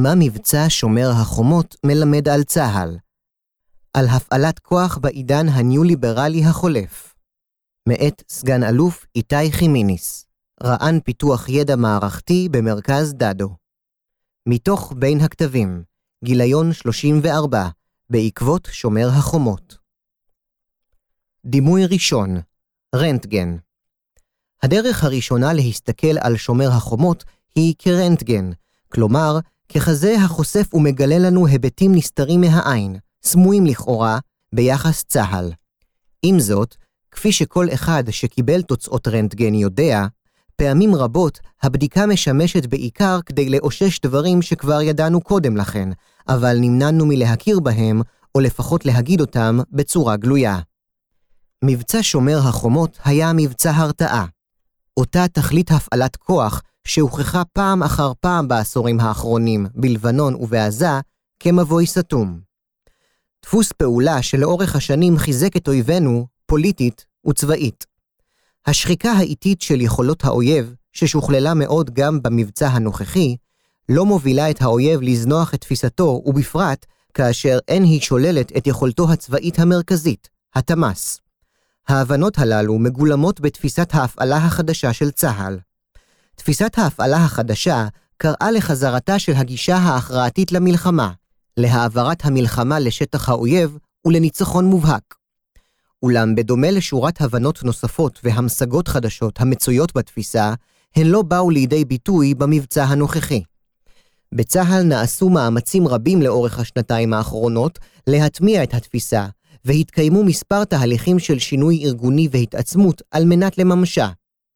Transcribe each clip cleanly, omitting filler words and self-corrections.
מה מבצע שומר החומות מלמד על צה"ל? על הפעלת כוח בעידן הניו-ליברלי החולף. מאת סגן אלוף איתי חימיניס, רע"ן פיתוח ידע מערכתי במרכז דדו. מתוך בין הכתבים, גיליון 34, בעקבות שומר החומות. דימוי ראשון, רנטגן. הדרך הראשונה להסתכל על שומר החומות היא כרנטגן, כלומר, ככזה החושף ומגלה לנו היבטים נסתרים מהעין, סמויים לכאורה, ביחס צה"ל. עם זאת, כפי שכל אחד שקיבל תוצאות רנטגן יודע, פעמים רבות הבדיקה משמשת בעיקר כדי לאושש דברים שכבר ידענו קודם לכן, אבל נמנענו מלהכיר בהם, או לפחות להגיד אותם בצורה גלויה. מבצע שומר החומות היה מבצע הרתעה. אותה תכלית הפעלת כוח שהוכחה פעם אחר פעם בעשורים האחרונים בלבנון ובעזה כמבוי סתום. דפוס פעולה שלאורך השנים חיזק את אויבינו פוליטית וצבאית. השחיקה האיטית של יכולות האויב, ששוכללה מאוד גם במבצע הנוכחי, לא מובילה את האויב לזנוח את תפיסתו, ובפרט כאשר אין היא שוללת את יכולתו הצבאית המרכזית, התמ"ס. ההבנות הללו מגולמות בתפיסת ההפעלה החדשה של צה"ל. תפיסת ההפעלה החדשה קראה לחזרתה של הגישה ההכרעתית למלחמה, להעברת המלחמה לשטח האויב ולניצחון מובהק. אולם בדומה לשורת הבנות נוספות והמשגות חדשות המצויות בתפיסה, הן לא באו לידי ביטוי במבצע הנוכחי. בצה"ל נעשו מאמצים רבים לאורך השנתיים האחרונות להטמיע את התפיסה, והתקיימו מספר תהליכים של שינוי ארגוני והתעצמות על מנת לממשה.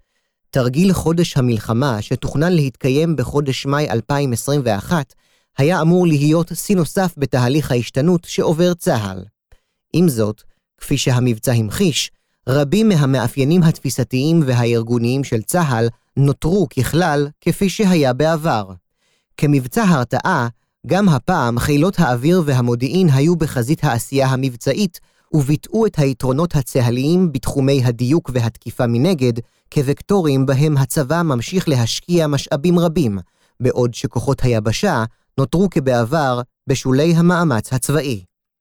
תרגיל חודש המלחמה שתוכנן להתקיים בחודש מאי 2021, היה אמור להיות שיא נוסף בתהליך ההשתנות שעובר צה"ל. עם זאת, כפי שהמבצע המחיש, רבים מהמאפיינים התפיסתיים והארגוניים של צה"ל נותרו ככלל כפי שהיה בעבר. כמבצע הרתעה, גם הפעם חילות האוויר והמודיעין היו בחזית העשייה המבצעית, וביטאו את היתרונות הצה"ליים בתחומי הדיוק והתקיפה מנגד, כווקטורים בהם הצבא ממשיך להשקיע משאבים רבים, בעוד שכוחות היבשה נותרו כבעבר בשולי המאמץ הצבאי.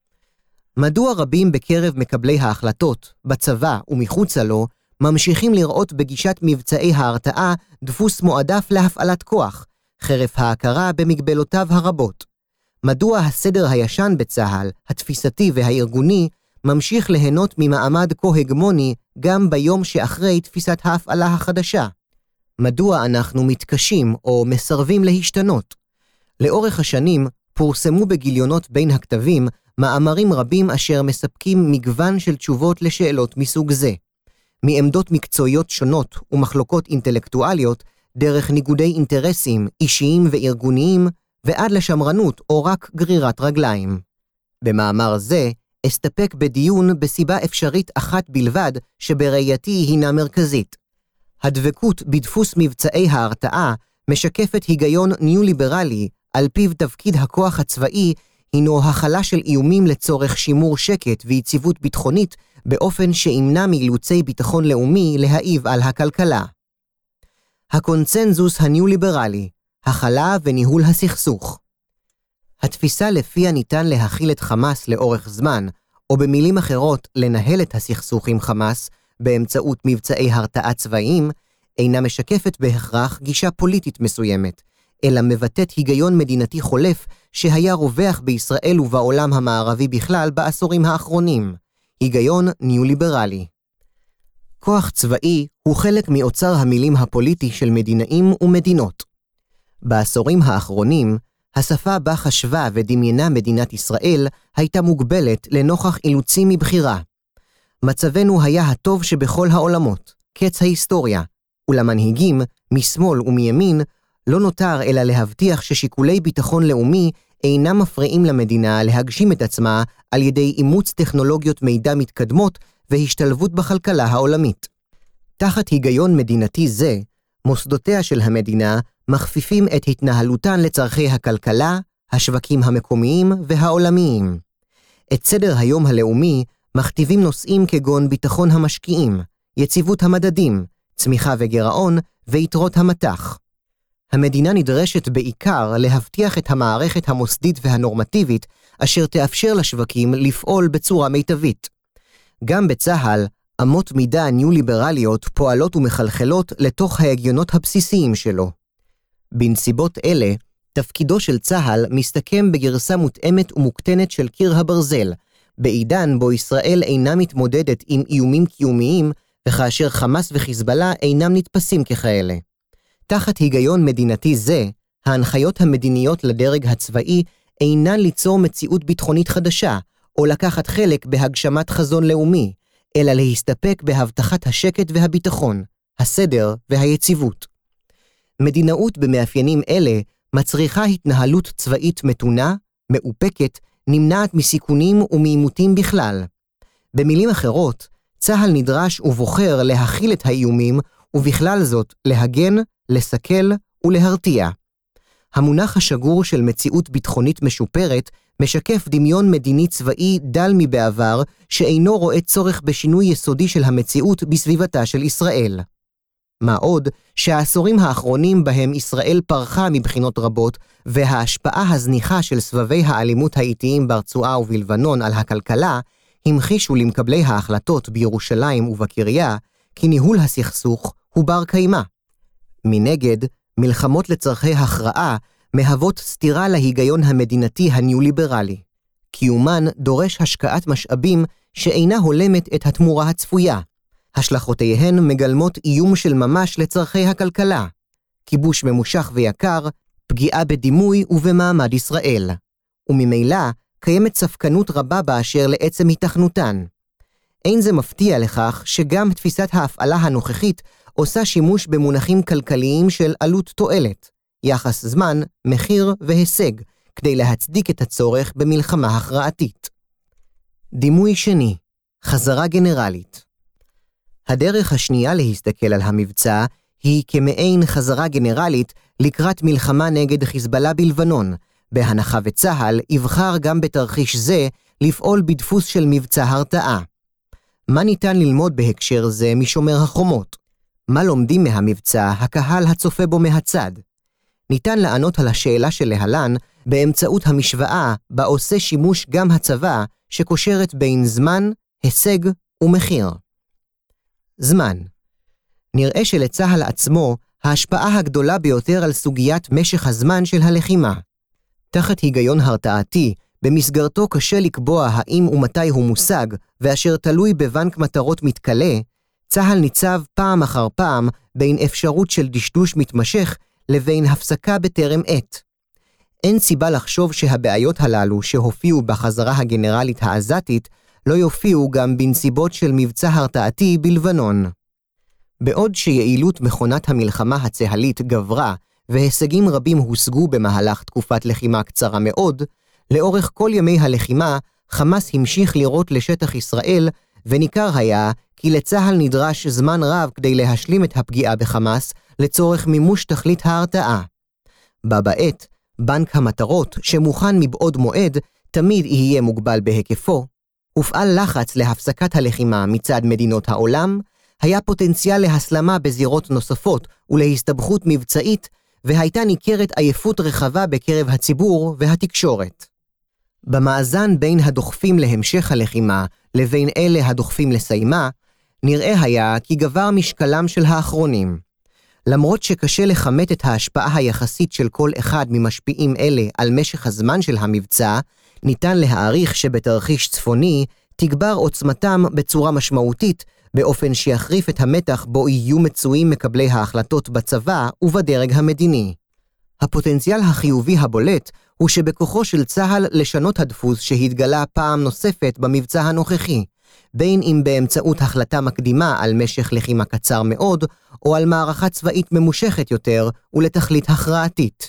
מדוע רבים בקרב מקבלי ההחלטות, בצבא ומחוצה לו, ממשיכים לראות בגישת מבצעי ההרתעה דפוס מועדף להפעלת כוח, חרף ההכרה במגבלותיו הרבות? מדוע הסדר הישן בצה"ל, התפיסתי והארגוני, ממשיך ליהנות ממעמד כה הגמוני גם ביום שאחרי תפיסת ההפעלה החדשה? מדוע אנחנו מתקשים או מסרבים להשתנות? לאורך השנים פורסמו בגיליונות בין הכתבים מאמרים רבים אשר מספקים מגוון של תשובות לשאלות מסוג זה. מעמדות מקצועיות שונות ומחלוקות אינטלקטואליות, דרך ניגודי אינטרסים אישיים וארגוניים, ועד לשמרנות או רק גרירת רגליים. במאמר זה, אסתפק בדיון בסיבה אפשרית אחת בלבד שבראייתי הינה מרכזית. הדבקות בדפוס מבצעי ההרתעה משקפת היגיון ניו-ליברלי, על פיו תפקיד הכוח הצבאי הינו החלה של איומים לצורך שימור שקט ויציבות ביטחונית באופן שימנע מאילוצי ביטחון לאומי להעיב על הכלכלה. הקונצנזוס הניו-ליברלי, הכלה וניהול הסכסוך. התפיסה לפיה ניתן להכיל את חמאס לאורך זמן, או במילים אחרות לנהל את הסכסוך עם חמאס באמצעות מבצעי הרתעה צבאיים, אינה משקפת בהכרח גישה פוליטית מסוימת, אלא מבטאת היגיון מדינתי חולף שהיה רווח בישראל ובעולם המערבי בכלל בעשורים האחרונים, היגיון ניו-ליברלי. כוח צבאי הוא חלק מאוצר המילים הפוליטי של מדינאים ומדינות. בעשורים האחרונים, השפה בה חשבה ודמיינה מדינת ישראל הייתה מוגבלת לנוכח אילוצים מבחירה. מצבנו היה הטוב שבכל העולמות, קץ ההיסטוריה, ולמנהיגים, משמאל ומימין, לא נותר אלא להבטיח ששיקולי ביטחון לאומי אינם מפריעים למדינה להגשים את עצמה על ידי אימוץ טכנולוגיות מידע מתקדמות והשתלבות בכלכלה העולמית. תחת היגיון מדינתי זה, מוסדותיה של המדינה מכפיפים את התנהלותן לצרכי הכלכלה, השווקים המקומיים והעולמיים. את סדר היום הלאומי מכתיבים נושאים כגון ביטחון המשקיעים, יציבות המדדים, צמיחה וגירעון ויתרות המטח. המדינה נדרשת בעיקר להבטיח את המערכת המוסדית והנורמטיבית, אשר תאפשר לשווקים לפעול בצורה מיטבית. גם בצה"ל, אמות מידה ניו-ליברליות פועלות ומחלחלות לתוך ההגיונות הבסיסיים שלו. בנסיבות אלה, תפקידו של צה"ל מסתכם בגרסה מותאמת ומוקטנת של קיר הברזל, בעידן בו ישראל אינה מתמודדת עם איומים קיומיים, וכאשר חמאס וחיזבאללה אינם נתפסים ככאלה. תחת היגיון מדינתי זה, ההנחיות המדיניות לדרג הצבאי אינן ליצור מציאות ביטחונית חדשה, או לקחת חלק בהגשמת חזון לאומי, אלא להסתפק בהבטחת השקט והביטחון, הסדר והיציבות. מדינאות במאפיינים אלה מצריכה התנהלות צבאית מתונה, מאופקת, נמנעת מסיכונים ומעימותים בכלל. במילים אחרות, צה"ל נדרש ובוחר להכיל את האיומים, ובכלל זאת להגן, לסכל ולהרתיע. המונח השגור של מציאות ביטחונית משופרת משקף דמיון מדיני צבאי דל מבעבר שאינו רואה צורך בשינוי יסודי של המציאות בסביבתה של ישראל. מה עוד שהעשורים האחרונים בהם ישראל פרחה מבחינות רבות וההשפעה הזניחה של סבבי האלימות האיטיים ברצועה ובלבנון על הכלכלה המחישו למקבלי ההחלטות בירושלים ובקריה כי ניהול הסכסוך הוא בר קיימא. מנגד, מלחמות לצרכי הכרעה מהוות סתירה להיגיון המדינתי הניו-ליברלי. קיומן דורש השקעת משאבים שאינה הולמת את התמורה הצפויה. השלכותיהן מגלמות איום של ממש לצרכי הכלכלה, כיבוש ממושך ויקר, פגיעה בדימוי ובמעמד ישראל. וממילא קיימת ספקנות רבה באשר לעצם התכנותן. אין זה מפתיע לכך שגם תפיסת ההפעלה הנוכחית עושה שימוש במונחים כלכליים של עלות תועלת, יחס זמן, מחיר והישג, כדי להצדיק את הצורך במלחמה הכרעתית. דימוי שני, חזרה גנרלית. הדרך השנייה להסתכל על המבצע היא כמעין חזרה גנרלית לקראת מלחמה נגד חיזבאללה בלבנון, בהנחה וצה"ל יבחר גם בתרחיש זה לפעול בדפוס של מבצע הרתעה. מה ניתן ללמוד בהקשר זה משומר החומות? מה לומדים מהמבצע הקהל הצופה בו מהצד? ניתן לענות על השאלה שלהלן באמצעות המשוואה בה עושה שימוש גם הצבא שקושרת בין זמן, הישג ומחיר. זמן. נראה שלצה"ל עצמו ההשפעה הגדולה ביותר על סוגיית משך הזמן של הלחימה. תחת היגיון הרתעתי, במסגרתו קשה לקבוע האם ומתי הוא מושג, ואשר תלוי בבנק מטרות מתקלה, צה"ל ניצב פעם אחר פעם בין אפשרות של דשדוש מתמשך לבין הפסקה בטרם עת. אין סיבה לחשוב שהבעיות הללו שהופיעו בחזרה הגנרלית העזתית לא יופיעו גם בנסיבות של מבצע הרתעתי בלבנון. בעוד שיעילות מכונת המלחמה הצהלית גברה והישגים רבים הושגו במהלך תקופת לחימה קצרה מאוד, לאורך כל ימי הלחימה חמאס המשיך לירות לשטח ישראל, וניכר היה כי לצה"ל נדרש זמן רב כדי להשלים את הפגיעה בחמאס לצורך מימוש תכלית ההרתעה. בה בעת, בנק המטרות שמוכן מבעוד מועד תמיד יהיה מוגבל בהיקפו, הופעל לחץ להפסקת הלחימה מצד מדינות העולם, היה פוטנציאל להסלמה בזירות נוספות ולהסתבכות מבצעית, והייתה ניכרת עייפות רחבה בקרב הציבור והתקשורת. במאזן בין הדוחפים להמשך הלחימה לבין אלה הדוחפים לסיימה, נראה היה כי גבר משקלם של האחרונים. למרות שקשה לכמת את ההשפעה היחסית של כל אחד ממשפיעים אלה על משך הזמן של המבצע, ניתן להעריך שבתרחיש צפוני תגבר עוצמתם בצורה משמעותית, באופן שיחריף את המתח בו יהיו מצויים מקבלי ההחלטות בצבא ובדרג המדיני. הפוטנציאל החיובי הבולט הוא שבכוחו של צה"ל לשנות הדפוס שהתגלה פעם נוספת במבצע הנוכחי, בין אם באמצעות החלטה מקדימה על משך לחימה קצר מאוד, או על מערכה צבאית ממושכת יותר ולתכלית הכרעתית.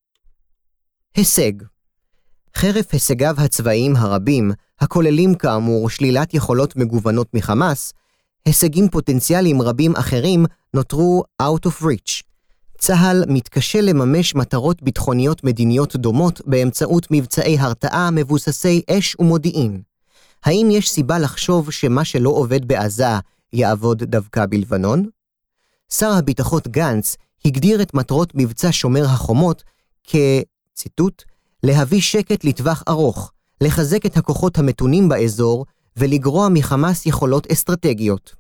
הישג. חרף הישגיו הצבאיים הרבים, הכוללים כאמור שלילת יכולות מגוונות מחמאס, הישגים פוטנציאליים רבים אחרים נותרו out of reach. צה"ל מתקשה לממש מטרות ביטחוניות מדיניות דומות באמצעות מבצעי הרתעה מבוססי אש ומודיעין. האם יש סיבה לחשוב שמה שלא עובד בעזה יעבוד דווקא בלבנון? שר הביטחון גנץ הגדיר את מטרות מבצע שומר החומות ציטוט, להביא שקט לטווח ארוך, לחזק את הכוחות המתונים באזור ולגרוע מחמאס יכולות אסטרטגיות.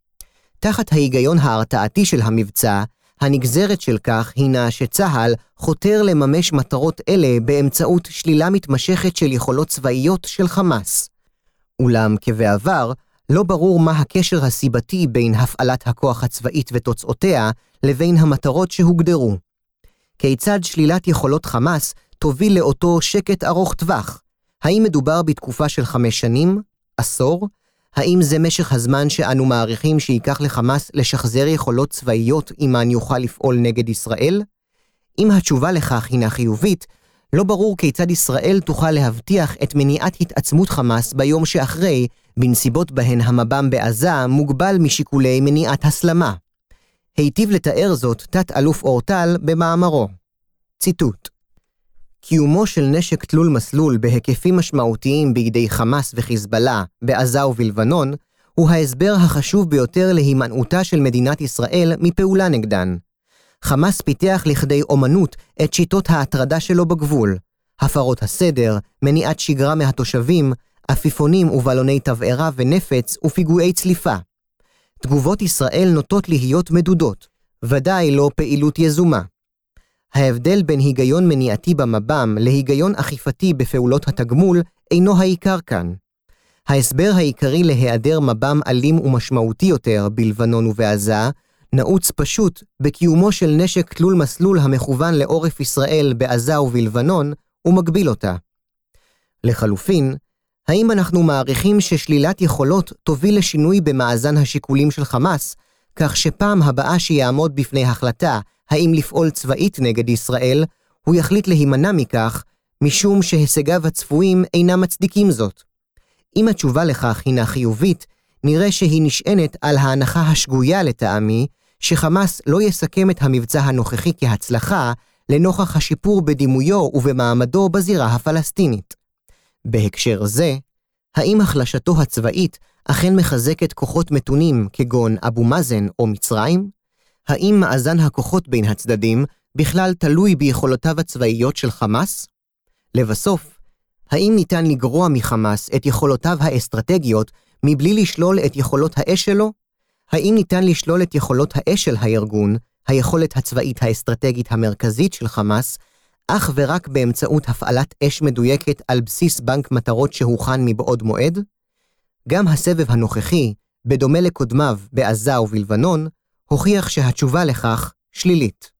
תחת ההיגיון ההרתעתי של המבצע, הנגזרת של כך הינה שצה"ל חותר לממש מטרות אלה באמצעות שלילה מתמשכת של יכולות צבאיות של חמאס. אולם כבעבר, לא ברור מה הקשר הסיבתי בין הפעלת הכוח הצבאית ותוצאותיה לבין המטרות שהוגדרו. כיצד שלילת יכולות חמאס תוביל לאותו שקט ארוך טווח? האם מדובר בתקופה של 5 שנים? עשור? האם זה משך הזמן שאנו מעריכים שיקח לחמאס לשחזר יכולות צבאיות עמן יוכל לפעול נגד ישראל? אם התשובה לכך הינה חיובית, לא ברור כיצד ישראל תוכל להבטיח את מניעת התעצמות חמאס ביום שאחרי, בנסיבות בהן המב"ם בעזה מוגבל משיקולי מניעת הסלמה. היטיב לתאר זאת תת-אלוף אורטל במאמרו. ציטוט: קיומו של נשק תלול מסלול בהיקפים משמעותיים בידי חמאס וחיזבאללה בעזה ובלבנון, הוא ההסבר החשוב ביותר להימנעותה של מדינת ישראל מפעולה נגדן. חמאס פיתח לכדי אומנות את שיטות ההטרדה שלו בגבול, הפרות הסדר, מניעת שגרה מהתושבים, עפיפונים ובלוני תבערה ונפץ ופיגועי צליפה. תגובות ישראל נוטות להיות מדודות, ודאי לא פעילות יזומה. ההבדל בין היגיון מניעתי במב"ם להיגיון אכיפתי בפעולות התגמול אינו העיקר כאן. ההסבר העיקרי להיעדר מב"ם אלים ומשמעותי יותר בלבנון ובעזה, נעוץ פשוט בקיומו של נשק תלול מסלול המכוון לעורף ישראל בעזה ובלבנון ומגביל אותה. לחלופין, האם אנחנו מעריכים ששלילת יכולות תוביל לשינוי במאזן השיקולים של חמאס, כך שפעם הבאה שיעמוד בפני החלטה האם לפעול צבאית נגד ישראל, הוא יחליט להימנע מכך, משום שהישגיו הצפויים אינם מצדיקים זאת? אם התשובה לכך הינה חיובית, נראה שהיא נשענת על ההנחה השגויה לטעמי, שחמאס לא יסכם את המבצע הנוכחי כהצלחה, לנוכח השיפור בדימויו ובמעמדו בזירה הפלסטינית. בהקשר זה, האם החלשתו הצבאית אכן מחזקת כוחות מתונים כגון אבו מאזן או מצרים? האם מאזן הכוחות בין הצדדים בכלל תלוי ביכולותיו הצבאיות של חמאס? לבסוף, האם ניתן לגרוע מחמאס את יכולותיו האסטרטגיות מבלי לשלול את יכולות האש שלו? האם ניתן לשלול את יכולות האש של הארגון, היכולת הצבאית האסטרטגית המרכזית של חמאס, אך ורק באמצעות הפעלת אש מדויקת על בסיס בנק מטרות שהוכן מבעוד מועד? גם הסבב הנוכחי, בדומה לקודמיו בעזה ובלבנון, הוכיח שהתשובה לכך שלילית.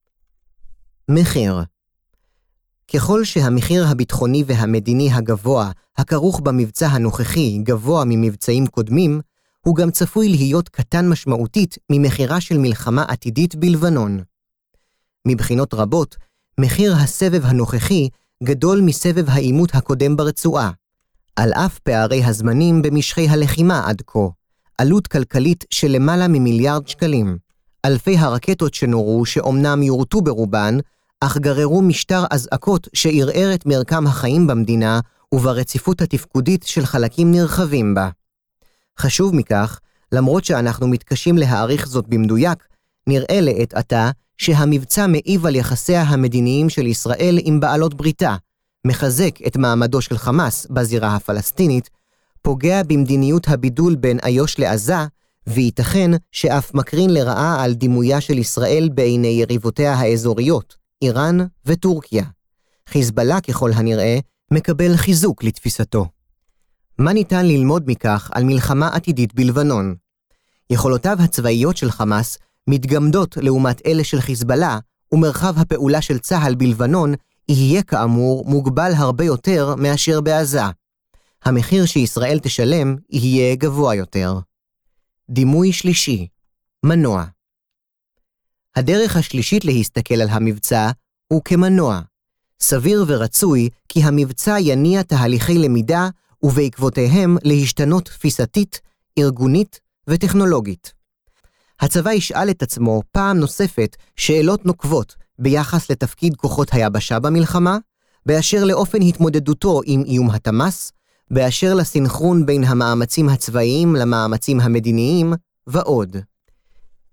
מחיר. ככל שהמחיר הביטחוני והמדיני הגבוה, הכרוך במבצע הנוכחי גבוה ממבצעים קודמים, הוא גם צפוי להיות קטן משמעותית ממחירה של מלחמה עתידית בלבנון. מבחינות רבות, מחיר הסבב הנוכחי גדול מסבב העימות הקודם ברצועה, על אף פערי הזמנים במשכי הלחימה עד כה, עלות כלכלית של למעלה ממיליארד שקלים, אלפי הרקטות שנורו שאומנם יורטו ברובן, אך גררו משטר אזעקות שערער את מרקם החיים במדינה וברציפות התפקודית של חלקים נרחבים בה. חשוב מכך, למרות שאנחנו מתקשים להעריך זאת במדויק, נראה לעת עתה שהמבצע מעיב על יחסיה המדיניים של ישראל עם בעלות בריתה, מחזק את מעמדו של חמאס בזירה הפלסטינית, פוגע במדיניות הבידול בין איו"ש לעזה, וייתכן שאף מקרין לרעה על דימויה של ישראל בעיני יריבותיה האזוריות, איראן וטורקיה. חיזבאללה ככל הנראה מקבל חיזוק לתפיסתו. מה ניתן ללמוד מכך על מלחמה עתידית בלבנון? יכולותיו הצבאיות של חמאס מתגמדות לעומת אלה של חיזבאללה, ומרחב הפעולה של צה"ל בלבנון יהיה כאמור מוגבל הרבה יותר מאשר בעזה. המחיר שישראל תשלם יהיה גבוה יותר. דימוי שלישי, מנוע. הדרך השלישית להסתכל על המבצע הוא כמנוע. סביר ורצוי כי המבצע יניע תהליכי למידה ובעקבותיהם להשתנות תפיסתית, ארגונית וטכנולוגית. הצבא ישאל את עצמו פעם נוספת שאלות נוקבות ביחס לתפקיד כוחות היבשה במלחמה, באשר לאופן התמודדותו עם איום התמ"ס, באשר לסינכרון בין המאמצים הצבאיים למאמצים המדיניים ועוד.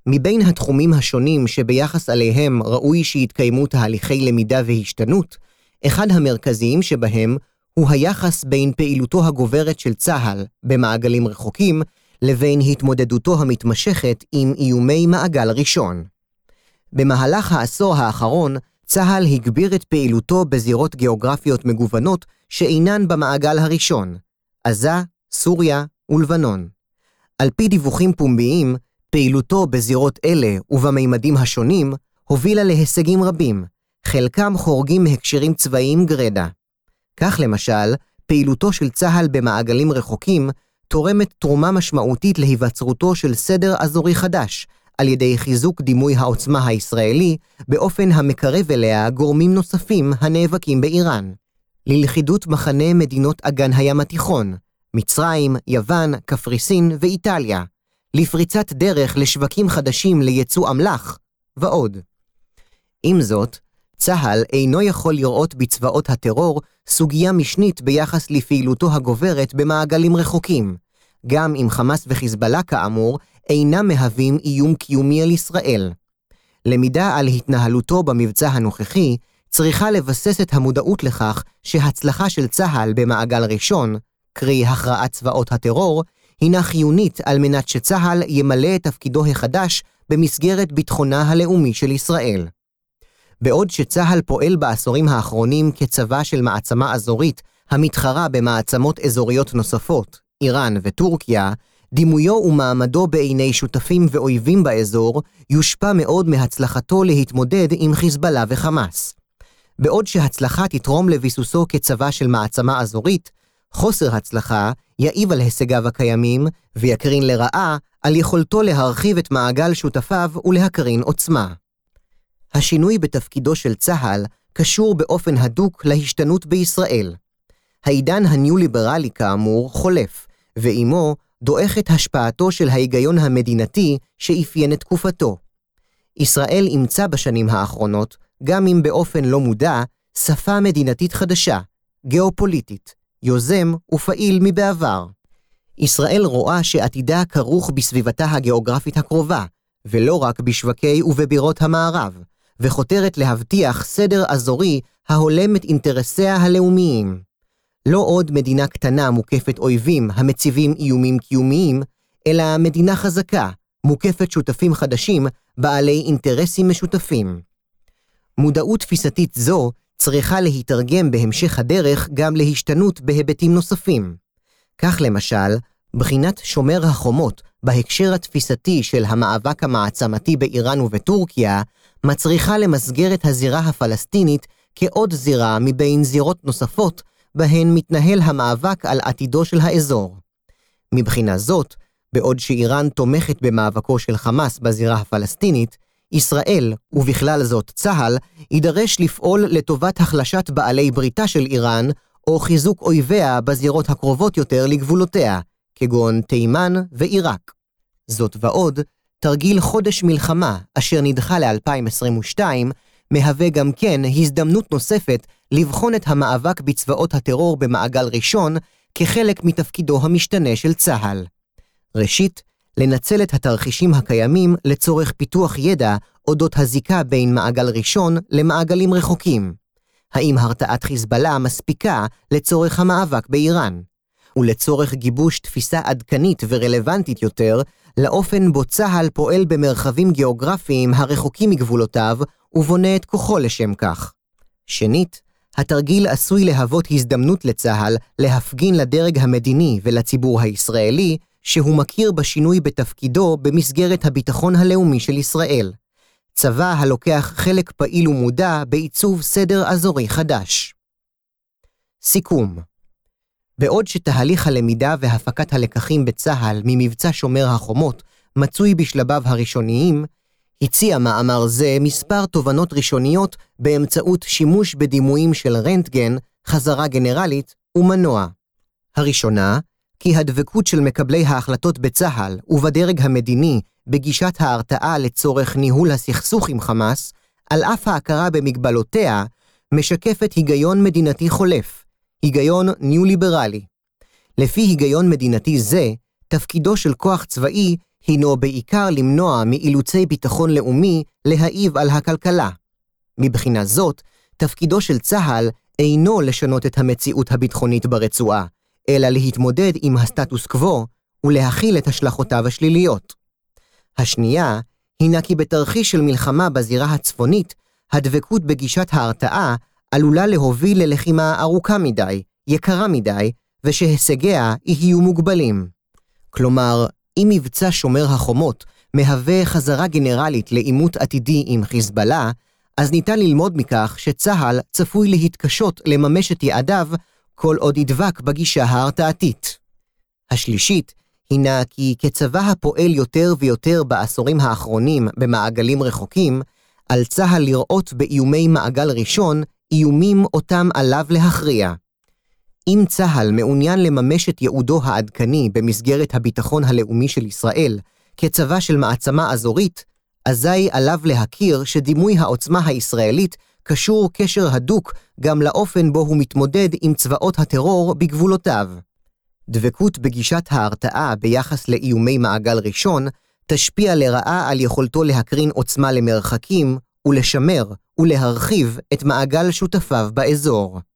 מבין התחומים השונים שביחס עליהם ראוי שיתקיימו תהליכי למידה והשתנות, אחד המרכזיים שבהם הוא היחס בין פעילותו הגוברת של צה"ל במעגלים רחוקים לבין התמודדותו המתמשכת עם איומי מעגל ראשון. במהלך העשור האחרון, צה"ל הגביר את פעילותו בזירות גיאוגרפיות מגוונות שאינן במעגל הראשון, עזה, סוריה ולבנון. על פי דיווחים פומביים, פעילותו בזירות אלה ובמימדים השונים הובילה להישגים רבים, חלקם חורגים מהקשרים צבאיים גרדה. כך למשל, פעילותו של צה"ל במעגלים רחוקים תורמת תרומה משמעותית להיווצרותו של סדר אזורי חדש, על ידי חיזוק דימוי העוצמה הישראלי באופן המקרב אליה גורמים נוספים הנאבקים באיראן. ללכידות מחנה מדינות אגן הים התיכון, מצרים, יוון, קפריסין ואיטליה, לפריצת דרך לשווקים חדשים לייצוא אמל"ח, ועוד. עם זאת, צה"ל אינו יכול לראות בצבאות הטרור סוגיה משנית ביחס לפעילותו הגוברת במעגלים רחוקים, גם אם חמאס וחיזבאללה כאמור אינם מהווים איום קיומי על ישראל. למידה על התנהלותו במבצע הנוכחי צריכה לבסס את המודעות לכך שהצלחה של צה"ל במעגל ראשון, קרי הכרעת צבאות הטרור, הינה חיונית על מנת שצה"ל ימלא את תפקידו החדש במסגרת ביטחונה הלאומי של ישראל. בעוד שצה"ל פועל בעשורים האחרונים כצבא של מעצמה אזורית המתחרה במעצמות אזוריות נוספות, איראן וטורקיה, דימויו ומעמדו בעיני שותפים ואויבים באזור יושפע מאוד מהצלחתו להתמודד עם חיזבאללה וחמאס. בעוד שהצלחה תתרום לביסוסו כצבא של מעצמה אזורית, חוסר הצלחה יעיב על הישגיו הקיימים ויקרין לרעה על יכולתו להרחיב את מעגל שותפיו ולהקרין עוצמה. השינוי בתפקידו של צה"ל קשור באופן הדוק להשתנות בישראל. העידן הניו-ליברלי כאמור חולף, ועימו דועכת השפעתו של ההיגיון המדינתי שאפיין את תקופתו. ישראל אימצה בשנים האחרונות, גם אם באופן לא מודע, שפה מדינתית חדשה, גיאופוליטית, יוזם ופעיל מבעבר. ישראל רואה שעתידה כרוך בסביבתה הגיאוגרפית הקרובה, ולא רק בשווקי ובבירות המערב, וחותרת להבטיח סדר אזורי ההולם את אינטרסיה הלאומיים. לא עוד מדינה קטנה מוקפת אויבים המציבים איומים קיומיים, אלא מדינה חזקה, מוקפת שותפים חדשים, בעלי אינטרסים משותפים. מודעות תפיסתית זו צריכה להתרגם בהמשך הדרך גם להשתנות בהיבטים נוספים. כך למשל, בחינת שומר החומות בהקשר התפיסתי של המאבק המעצמתי באיראן ובטורקיה, מצריכה למסגר את הזירה הפלסטינית כעוד זירה מבין זירות נוספות, בהן מתנהל המאבק על עתידו של האזור. מבחינה זאת, בעוד שאיראן תומכת במאבקו של חמאס בזירה הפלסטינית, ישראל, ובכלל זאת צה"ל, יידרש לפעול לטובת החלשת בעלי בריתה של איראן, או חיזוק אויביה בזירות הקרובות יותר לגבולותיה, כגון תימן ועיראק. זאת ועוד, תרגיל חודש מלחמה, אשר נדחה ל-2022, מהווה גם כן הזדמנות נוספת לבחון את המאבק בצבאות הטרור במעגל ראשון כחלק מתפקידו המשתנה של צה"ל. ראשית, לנצל את התרחישים הקיימים לצורך פיתוח ידע אודות הזיקה בין מעגל ראשון למעגלים רחוקים. האם הרתעת חיזבאללה מספיקה לצורך המאבק באיראן? ולצורך גיבוש תפיסה עדכנית ורלוונטית יותר לאופן בו צה"ל פועל במרחבים גיאוגרפיים הרחוקים מגבולותיו ובונה את כוחו לשם כך. שנית, התרגיל עשוי להוות הזדמנות לצה"ל להפגין לדרג המדיני ולציבור הישראלי שהוא מכיר בשינוי בתפקידו במסגרת הביטחון הלאומי של ישראל. צבא הלוקח חלק פעיל ומודע בעיצוב סדר אזורי חדש. סיכום. בעוד שתהליך הלמידה והפקת הלקחים בצה"ל ממבצע שומר החומות מצוי בשלביו הראשוניים, הציע מאמר זה מספר תובנות ראשוניות באמצעות שימוש בדימויים של רנטגן, חזרה גנרלית ומנוע. הראשונה, כי הדבקות של מקבלי ההחלטות בצה"ל ובדרג המדיני בגישת ההרתעה לצורך ניהול הסכסוך עם חמאס, על אף ההכרה במגבלותיה, משקפת היגיון מדינתי חולף, היגיון ניו-ליברלי. לפי היגיון מדינתי זה, תפקידו של כוח צבאי הינו בעיקר למנוע מאילוצי ביטחון לאומי להעיב על הכלכלה. מבחינה זאת, תפקידו של צה"ל אינו לשנות את המציאות הביטחונית ברצועה, אלא להתמודד עם הסטטוס קוו ולהכיל את השלכותיו השליליות. השנייה, הינה כי בתרחיש של מלחמה בזירה הצפונית, הדבקות בגישת ההרתעה עלולה להוביל ללחימה ארוכה מדי, יקרה מדי, ושהישגיה יהיו מוגבלים. כלומר, אם מבצע שומר החומות מהווה חזרה גנרלית לעימות עתידי עם חיזבאללה, אז ניתן ללמוד מכך שצה"ל צפוי להתקשות לממש את יעדיו כל עוד ידבק בגישה ההרתעתית. השלישית הינה כי כצבא הפועל יותר ויותר בעשורים האחרונים במעגלים רחוקים, על צה"ל לראות באיומי מעגל ראשון איומים אותם עליו להכריע. אם צה"ל מעוניין לממש את ייעודו העדכני במסגרת הביטחון הלאומי של ישראל כצבא של מעצמה אזורית, אזי עליו להכיר שדימוי העוצמה הישראלית קשור קשר הדוק גם לאופן בו הוא מתמודד עם צבאות הטרור בגבולותיו. דבקות בגישת ההרתעה ביחס לאיומי מעגל ראשון תשפיע לרעה על יכולתו להקרין עוצמה למרחקים ולשמר ולהרחיב את מעגל שותפיו באזור.